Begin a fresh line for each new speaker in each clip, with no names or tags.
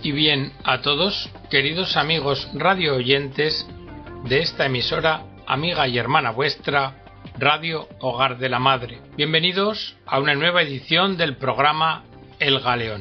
y bien a todos, queridos amigos radio oyentes de esta emisora, amiga y hermana vuestra, Radio Hogar de la Madre. Bienvenidos a una nueva edición del programa El Galeón.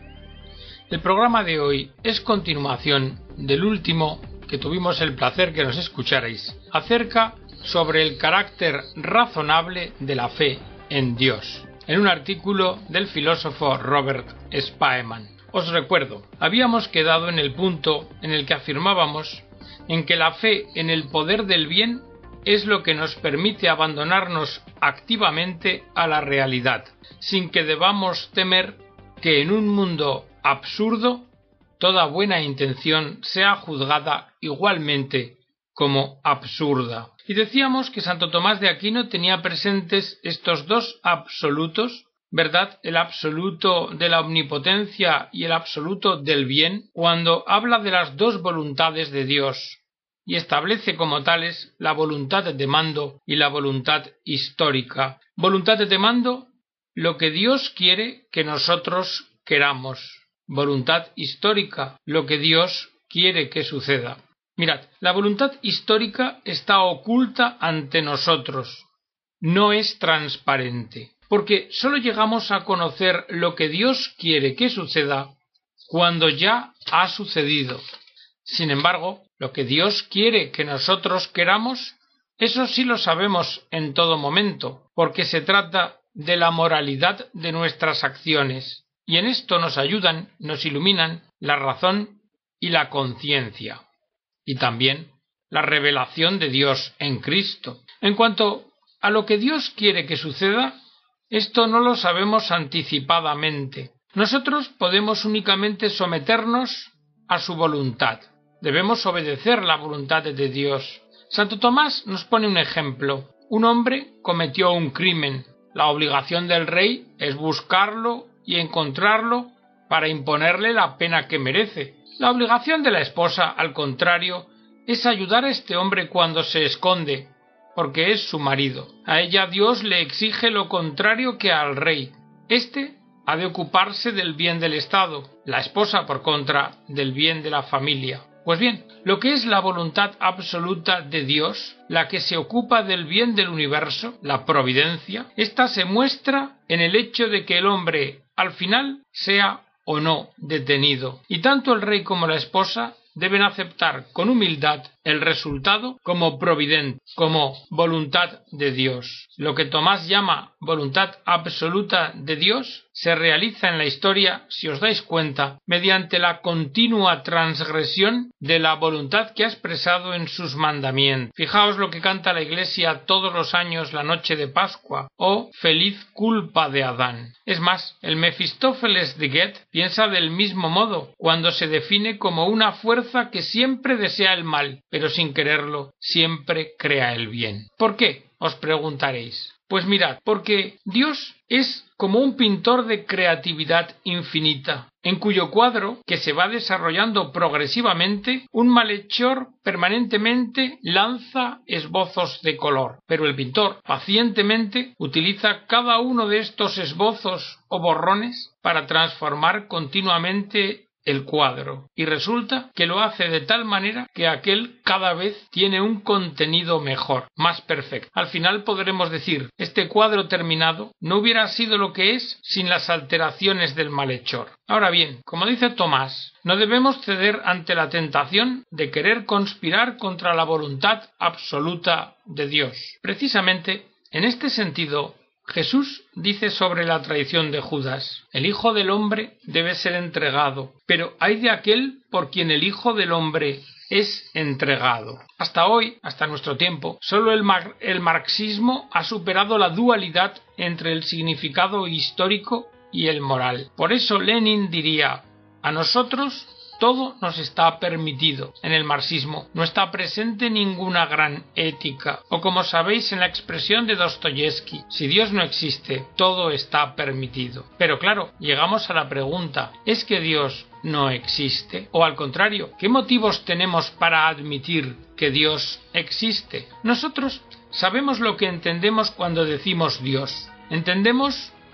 El programa de hoy es continuación del último que tuvimos el placer que nos escucharais, acerca sobre el carácter razonable de la fe en Dios, en un artículo del filósofo Robert Spaeman. Os recuerdo, habíamos quedado en el punto en el que afirmábamos en que la fe en el poder del bien es lo que nos permite abandonarnos activamente a la realidad, sin que debamos temer que en un mundo absurdo toda buena intención sea juzgada igualmente como absurda. Y decíamos que Santo Tomás de Aquino tenía presentes estos dos absolutos, ¿verdad? El absoluto de la omnipotencia y el absoluto del bien, cuando habla de las dos voluntades de Dios, y establece como tales la voluntad de mando y la voluntad histórica. Voluntad de mando, lo que Dios quiere que nosotros queramos. Voluntad histórica, lo que Dios quiere que suceda. Mirad, la voluntad histórica está oculta ante nosotros, no es transparente, porque sólo llegamos a conocer lo que Dios quiere que suceda cuando ya ha sucedido. Sin embargo, lo que Dios quiere que nosotros queramos, eso sí lo sabemos en todo momento, porque se trata de la moralidad de nuestras acciones, y en esto nos ayudan, nos iluminan la razón y la conciencia, y también la revelación de Dios en Cristo. En cuanto a lo que Dios quiere que suceda, esto no lo sabemos anticipadamente. Nosotros podemos únicamente someternos a su voluntad. Debemos obedecer la voluntad de Dios. Santo Tomás nos pone un ejemplo. Un hombre cometió un crimen. La obligación del rey es buscarlo y encontrarlo para imponerle la pena que merece. La obligación de la esposa, al contrario, es ayudar a este hombre cuando se esconde, porque es su marido. A ella Dios le exige lo contrario que al rey. Este ha de ocuparse del bien del Estado, la esposa, por contra, del bien de la familia. Pues bien, lo que es la voluntad absoluta de Dios, la que se ocupa del bien del universo, la providencia, esta se muestra en el hecho de que el hombre, al final, sea o no detenido. Y tanto el rey como la esposa deben aceptar con humildad el resultado como providente, como voluntad de Dios. Lo que Tomás llama voluntad absoluta de Dios se realiza en la historia, si os dais cuenta, mediante la continua transgresión de la voluntad que ha expresado en sus mandamientos. Fijaos lo que canta la Iglesia todos los años la noche de Pascua, o feliz culpa de Adán. Es más, el Mefistófeles de Goethe piensa del mismo modo, cuando se define como una fuerza que siempre desea el mal, pero sin quererlo, siempre crea el bien. ¿Por qué?, os preguntaréis. Pues mirad, porque Dios es como un pintor de creatividad infinita, en cuyo cuadro, que se va desarrollando progresivamente, un malhechor permanentemente lanza esbozos de color, pero el pintor pacientemente utiliza cada uno de estos esbozos o borrones para transformar continuamente el cuadro, y resulta que lo hace de tal manera que aquel cada vez tiene un contenido mejor, más perfecto. Al final podremos decir, este cuadro terminado no hubiera sido lo que es sin las alteraciones del malhechor. Ahora bien, como dice Tomás, no debemos ceder ante la tentación de querer conspirar contra la voluntad absoluta de Dios. Precisamente, en este sentido, Jesús dice sobre la traición de Judas: el Hijo del Hombre debe ser entregado, pero ay de aquel por quien el Hijo del Hombre es entregado. Hasta hoy, hasta nuestro tiempo, solo el marxismo ha superado la dualidad entre el significado histórico y el moral. Por eso Lenin diría: a nosotros todo nos está permitido. En el marxismo no está presente ninguna gran ética, o como sabéis en la expresión de Dostoyevsky, si Dios no existe, todo está permitido. Pero claro, llegamos a la pregunta, ¿es que Dios no existe? O al contrario, ¿qué motivos tenemos para admitir que Dios existe? Nosotros sabemos lo que entendemos cuando decimos Dios. Entendemos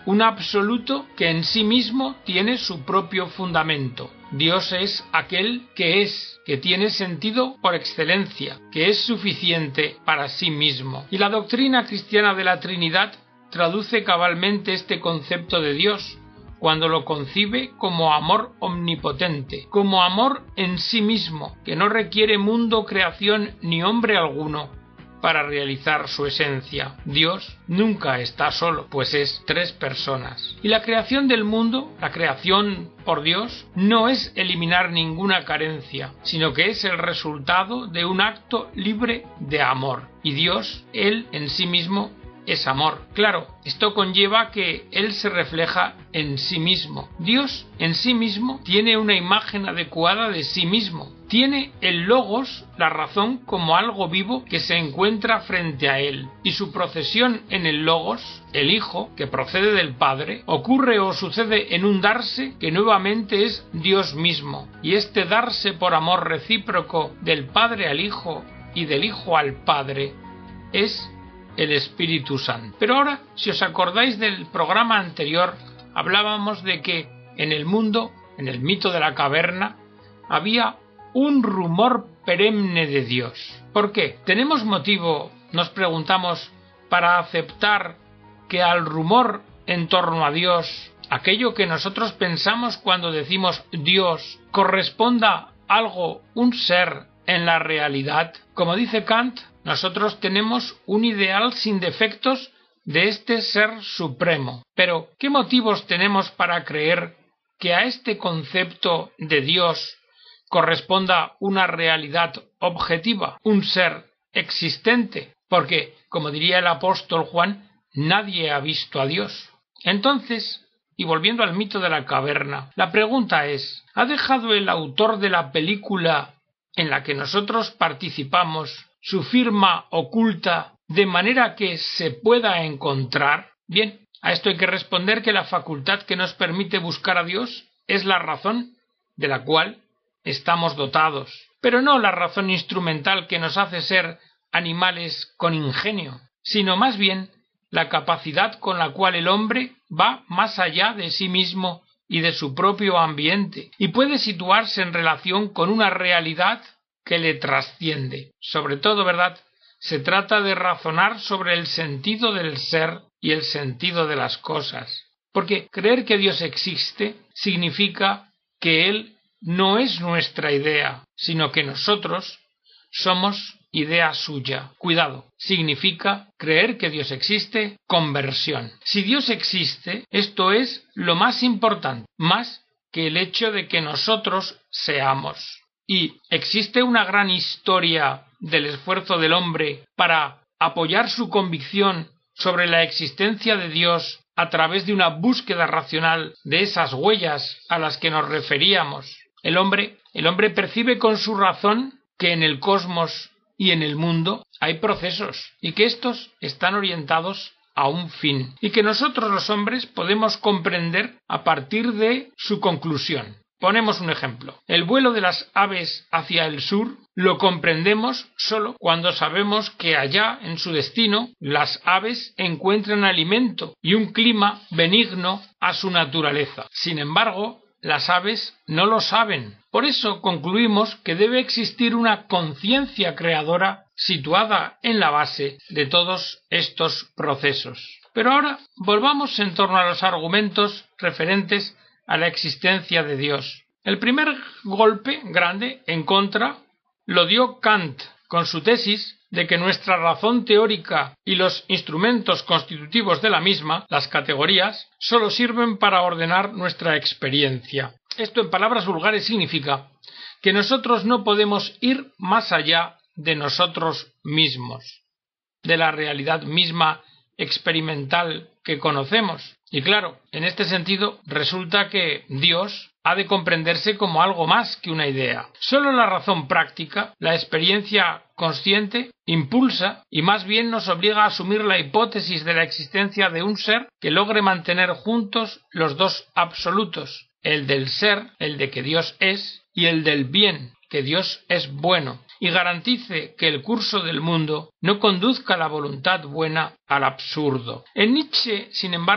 un absoluto que en sí mismo tiene su propio fundamento. Dios es aquel que tiene sentido por excelencia, que es suficiente para sí mismo. Y la doctrina cristiana de la Trinidad traduce cabalmente este concepto de Dios cuando lo concibe como amor omnipotente, como amor en sí mismo, que no requiere mundo, creación ni hombre alguno para realizar su esencia. Dios nunca está solo, pues es tres personas. Y la creación del mundo, la creación por Dios, no es eliminar ninguna carencia, sino que es el resultado de un acto libre de amor. Y Dios, Él en sí mismo, es amor. Claro, esto conlleva que Él se refleja en sí mismo. Dios en sí mismo tiene una imagen adecuada de sí mismo. Tiene el logos, la razón, como algo vivo que se encuentra frente a Él. Y su procesión en el logos, el Hijo, que procede del Padre, ocurre o sucede en un darse que nuevamente es Dios mismo. Y este darse por amor recíproco del Padre al Hijo y del Hijo al Padre es el Espíritu Santo. Pero ahora, si os acordáis del programa anterior, hablábamos de que en el mundo, en el mito de la caverna, había un rumor perenne de Dios. ¿Por qué? ¿Tenemos motivo, nos preguntamos, para aceptar que al rumor en torno a Dios, aquello que nosotros pensamos cuando decimos Dios, corresponda algo, un ser en la realidad? Como dice Kant, nosotros tenemos un ideal sin defectos de este ser supremo. Pero, ¿qué motivos tenemos para creer que a este concepto de Dios corresponda una realidad objetiva, un ser existente? Porque, como diría el apóstol Juan, nadie ha visto a Dios. Entonces, y volviendo al mito de la caverna, la pregunta es, ¿ha dejado el autor de la película en la que nosotros participamos su firma oculta de manera que se pueda encontrar? Bien, a esto hay que responder que la facultad que nos permite buscar a Dios es la razón de la cual estamos dotados, pero no la razón instrumental que nos hace ser animales con ingenio, sino más bien la capacidad con la cual el hombre va más allá de sí mismo y de su propio ambiente, y puede situarse en relación con una realidad que le trasciende. Sobre todo, ¿verdad?, se trata de razonar sobre el sentido del ser y el sentido de las cosas. Porque creer que Dios existe significa que Él no es nuestra idea, sino que nosotros somos idea suya. Cuidado, significa creer que Dios existe, conversión. Si Dios existe, esto es lo más importante, más que el hecho de que nosotros seamos. Y existe una gran historia del esfuerzo del hombre para apoyar su convicción sobre la existencia de Dios a través de una búsqueda racional de esas huellas a las que nos referíamos. El hombre percibe con su razón que en el cosmos y en el mundo hay procesos y que estos están orientados a un fin y que nosotros los hombres podemos comprender a partir de su conclusión. Ponemos un ejemplo. El vuelo de las aves hacia el sur lo comprendemos solo cuando sabemos que allá, en su destino, las aves encuentran alimento y un clima benigno a su naturaleza. Sin embargo, las aves no lo saben. Por eso concluimos que debe existir una conciencia creadora situada en la base de todos estos procesos. Pero ahora volvamos en torno a los argumentos referentes a la existencia de Dios. El primer golpe grande en contra lo dio Kant con su tesis de que nuestra razón teórica y los instrumentos constitutivos de la misma, las categorías, solo sirven para ordenar nuestra experiencia. Esto en palabras vulgares significa que nosotros no podemos ir más allá de nosotros mismos, de la realidad misma experimental que conocemos. Y claro, en este sentido resulta que Dios ha de comprenderse como algo más que una idea. Solo la razón práctica, la experiencia consciente, impulsa y más bien nos obliga a asumir la hipótesis de la existencia de un ser que logre mantener juntos los dos absolutos, el del ser, el de que Dios es, y el del bien, que Dios es bueno, y garantice que el curso del mundo no conduzca la voluntad buena al absurdo. En Nietzsche, sin embargo,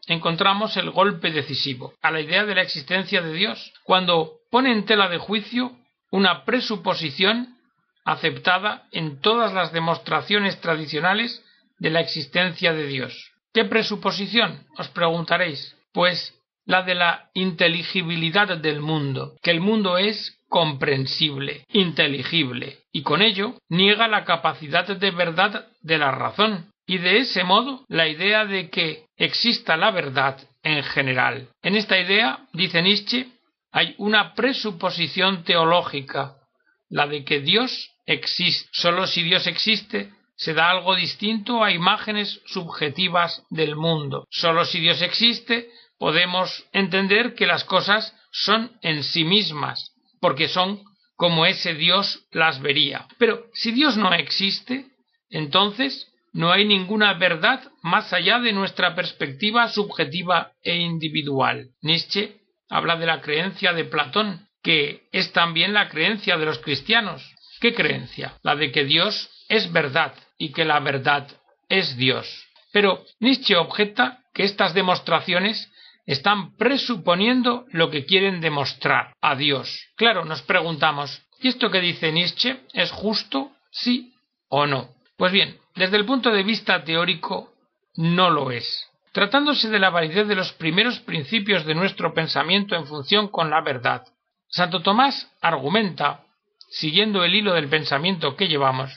encontramos el golpe decisivo a la idea de la existencia de Dios, cuando pone en tela de juicio una presuposición aceptada en todas las demostraciones tradicionales de la existencia de Dios. ¿Qué presuposición?, os preguntaréis. Pues la de la inteligibilidad del mundo, que el mundo es comprensible, inteligible, y con ello niega la capacidad de verdad de la razón, y de ese modo la idea de que exista la verdad en general. En esta idea, dice Nietzsche, hay una presuposición teológica, la de que Dios existe. Solo si Dios existe se da algo distinto a imágenes subjetivas del mundo. Solo si Dios existe podemos entender que las cosas son en sí mismas, porque son como ese Dios las vería. Pero si Dios no existe, entonces no hay ninguna verdad más allá de nuestra perspectiva subjetiva e individual. Nietzsche habla de la creencia de Platón, que es también la creencia de los cristianos. ¿Qué creencia? La de que Dios es verdad y que la verdad es Dios. Pero Nietzsche objeta que estas demostraciones están presuponiendo lo que quieren demostrar, a Dios. Claro, nos preguntamos, ¿y esto que dice Nietzsche es justo, sí o no? Pues bien, desde el punto de vista teórico, no lo es. Tratándose de la validez de los primeros principios de nuestro pensamiento en función con la verdad, Santo Tomás argumenta, siguiendo el hilo del pensamiento que llevamos,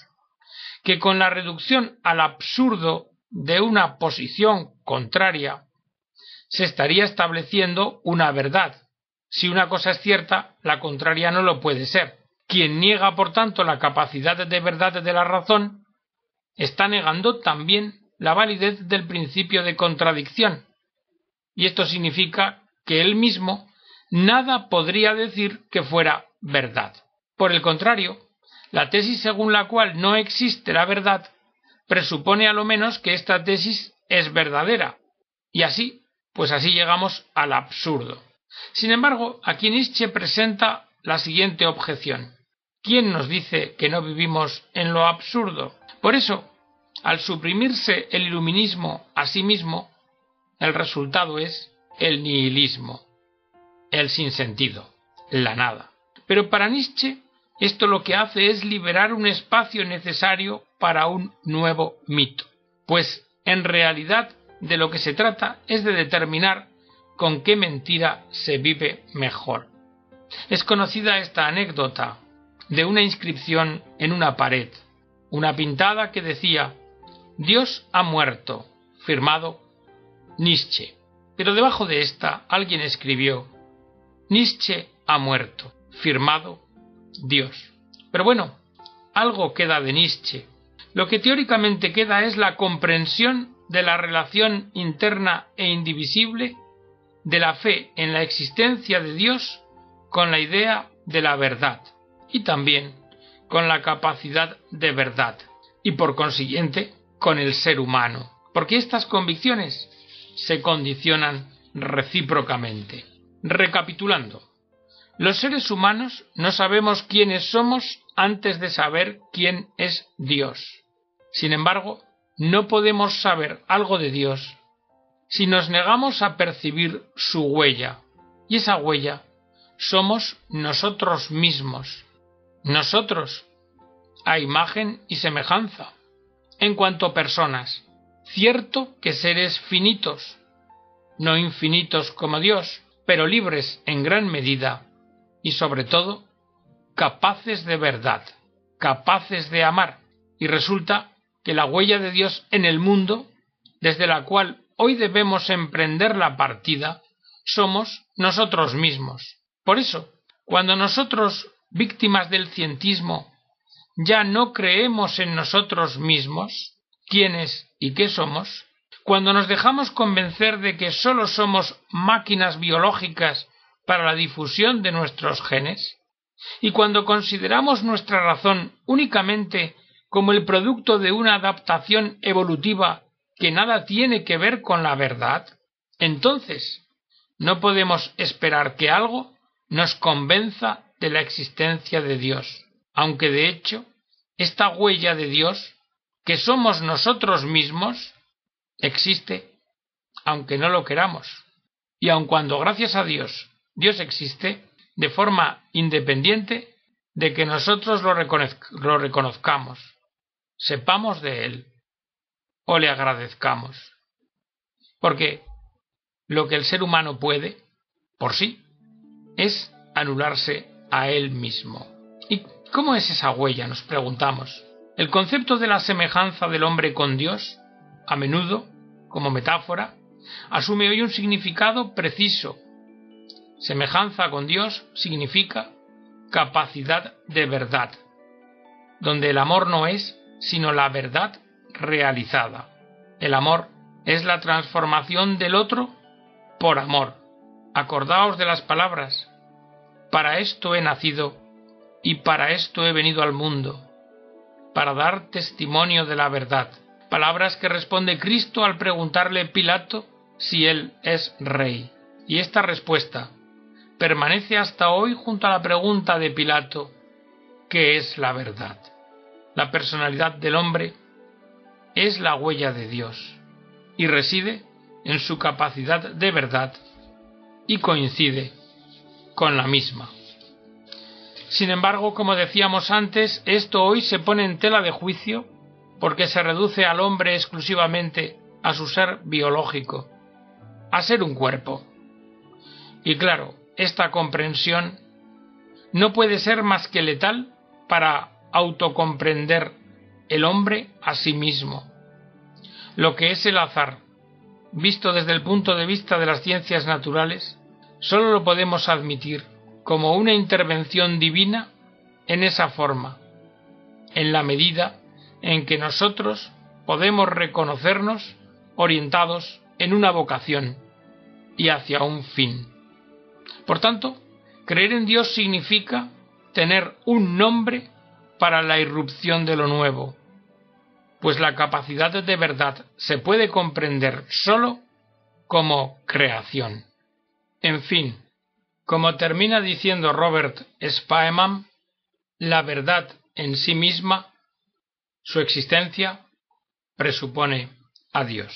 que con la reducción al absurdo de una posición contraria, se estaría estableciendo una verdad. Si una cosa es cierta, la contraria no lo puede ser. Quien niega, por tanto, la capacidad de verdad de la razón, está negando también la validez del principio de contradicción. Y esto significa que él mismo nada podría decir que fuera verdad. Por el contrario, la tesis según la cual no existe la verdad presupone a lo menos que esta tesis es verdadera. Y así llegamos al absurdo. Sin embargo, aquí Nietzsche presenta la siguiente objeción. ¿Quién nos dice que no vivimos en lo absurdo? Por eso, al suprimirse el iluminismo a sí mismo, el resultado es el nihilismo, el sinsentido, la nada. Pero para Nietzsche, esto lo que hace es liberar un espacio necesario para un nuevo mito, pues en realidad de lo que se trata es de determinar con qué mentira se vive mejor. Es conocida esta anécdota de una inscripción en una pared, una pintada que decía «Dios ha muerto», firmado Nietzsche. Pero debajo de esta alguien escribió «Nietzsche ha muerto», firmado Dios. Pero bueno, algo queda de Nietzsche. Lo que teóricamente queda es la comprensión de la relación interna e indivisible de la fe en la existencia de Dios con la idea de la verdad y también con la capacidad de verdad y por consiguiente con el ser humano, porque estas convicciones se condicionan recíprocamente. Recapitulando, los seres humanos no sabemos quiénes somos antes de saber quién es Dios. Sin embargo, no podemos saber algo de Dios si nos negamos a percibir su huella, y esa huella somos nosotros mismos, nosotros, a imagen y semejanza, en cuanto personas, cierto que seres finitos, no infinitos como Dios, pero libres en gran medida, y sobre todo, capaces de verdad, capaces de amar, y resulta que la huella de Dios en el mundo, desde la cual hoy debemos emprender la partida, somos nosotros mismos. Por eso, cuando nosotros, víctimas del cientismo, ya no creemos en nosotros mismos, quiénes y qué somos, cuando nos dejamos convencer de que sólo somos máquinas biológicas para la difusión de nuestros genes, y cuando consideramos nuestra razón únicamente como el producto de una adaptación evolutiva que nada tiene que ver con la verdad, entonces no podemos esperar que algo nos convenza de la existencia de Dios, aunque de hecho esta huella de Dios, que somos nosotros mismos, existe aunque no lo queramos. Y aun cuando, gracias a Dios, Dios existe, de forma independiente de que nosotros lo reconozcamos, sepamos de Él o le agradezcamos. Porque lo que el ser humano puede, por sí, es anularse a él mismo. ¿Y cómo es esa huella?, nos preguntamos. El concepto de la semejanza del hombre con Dios, a menudo, como metáfora, asume hoy un significado preciso. Semejanza con Dios significa capacidad de verdad, donde el amor no es sino la verdad realizada. El amor es la transformación del otro por amor. Acordaos de las palabras: para esto he nacido y para esto he venido al mundo, para dar testimonio de la verdad. Palabras que responde Cristo al preguntarle Pilato si él es rey. Y esta respuesta permanece hasta hoy junto a la pregunta de Pilato: ¿qué es la verdad? La personalidad del hombre es la huella de Dios y reside en su capacidad de verdad y coincide con la misma. Sin embargo, como decíamos antes, esto hoy se pone en tela de juicio porque se reduce al hombre exclusivamente a su ser biológico, a ser un cuerpo. Y claro, esta comprensión no puede ser más que letal para autocomprender el hombre a sí mismo. Lo que es el azar, visto desde el punto de vista de las ciencias naturales, solo lo podemos admitir como una intervención divina en esa forma, en la medida en que nosotros podemos reconocernos orientados en una vocación y hacia un fin. Por tanto, creer en Dios significa tener un nombre para la irrupción de lo nuevo, pues la capacidad de verdad se puede comprender solo como creación. En fin, como termina diciendo Robert Spaeman, la verdad en sí misma, su existencia, presupone a Dios.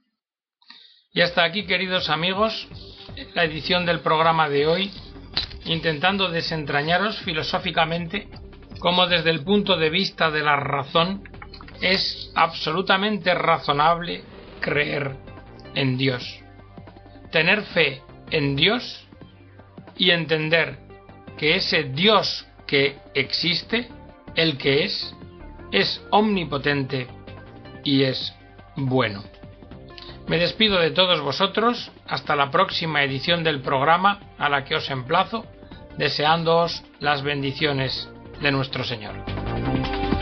Y hasta aquí, queridos amigos, la edición del programa de hoy, intentando desentrañaros filosóficamente cómo desde el punto de vista de la razón es absolutamente razonable creer en Dios, tener fe en Dios y entender que ese Dios que existe, el que es omnipotente y es bueno. Me despido de todos vosotros hasta la próxima edición del programa, a la que os emplazo, deseándoos las bendiciones de nuestro Señor.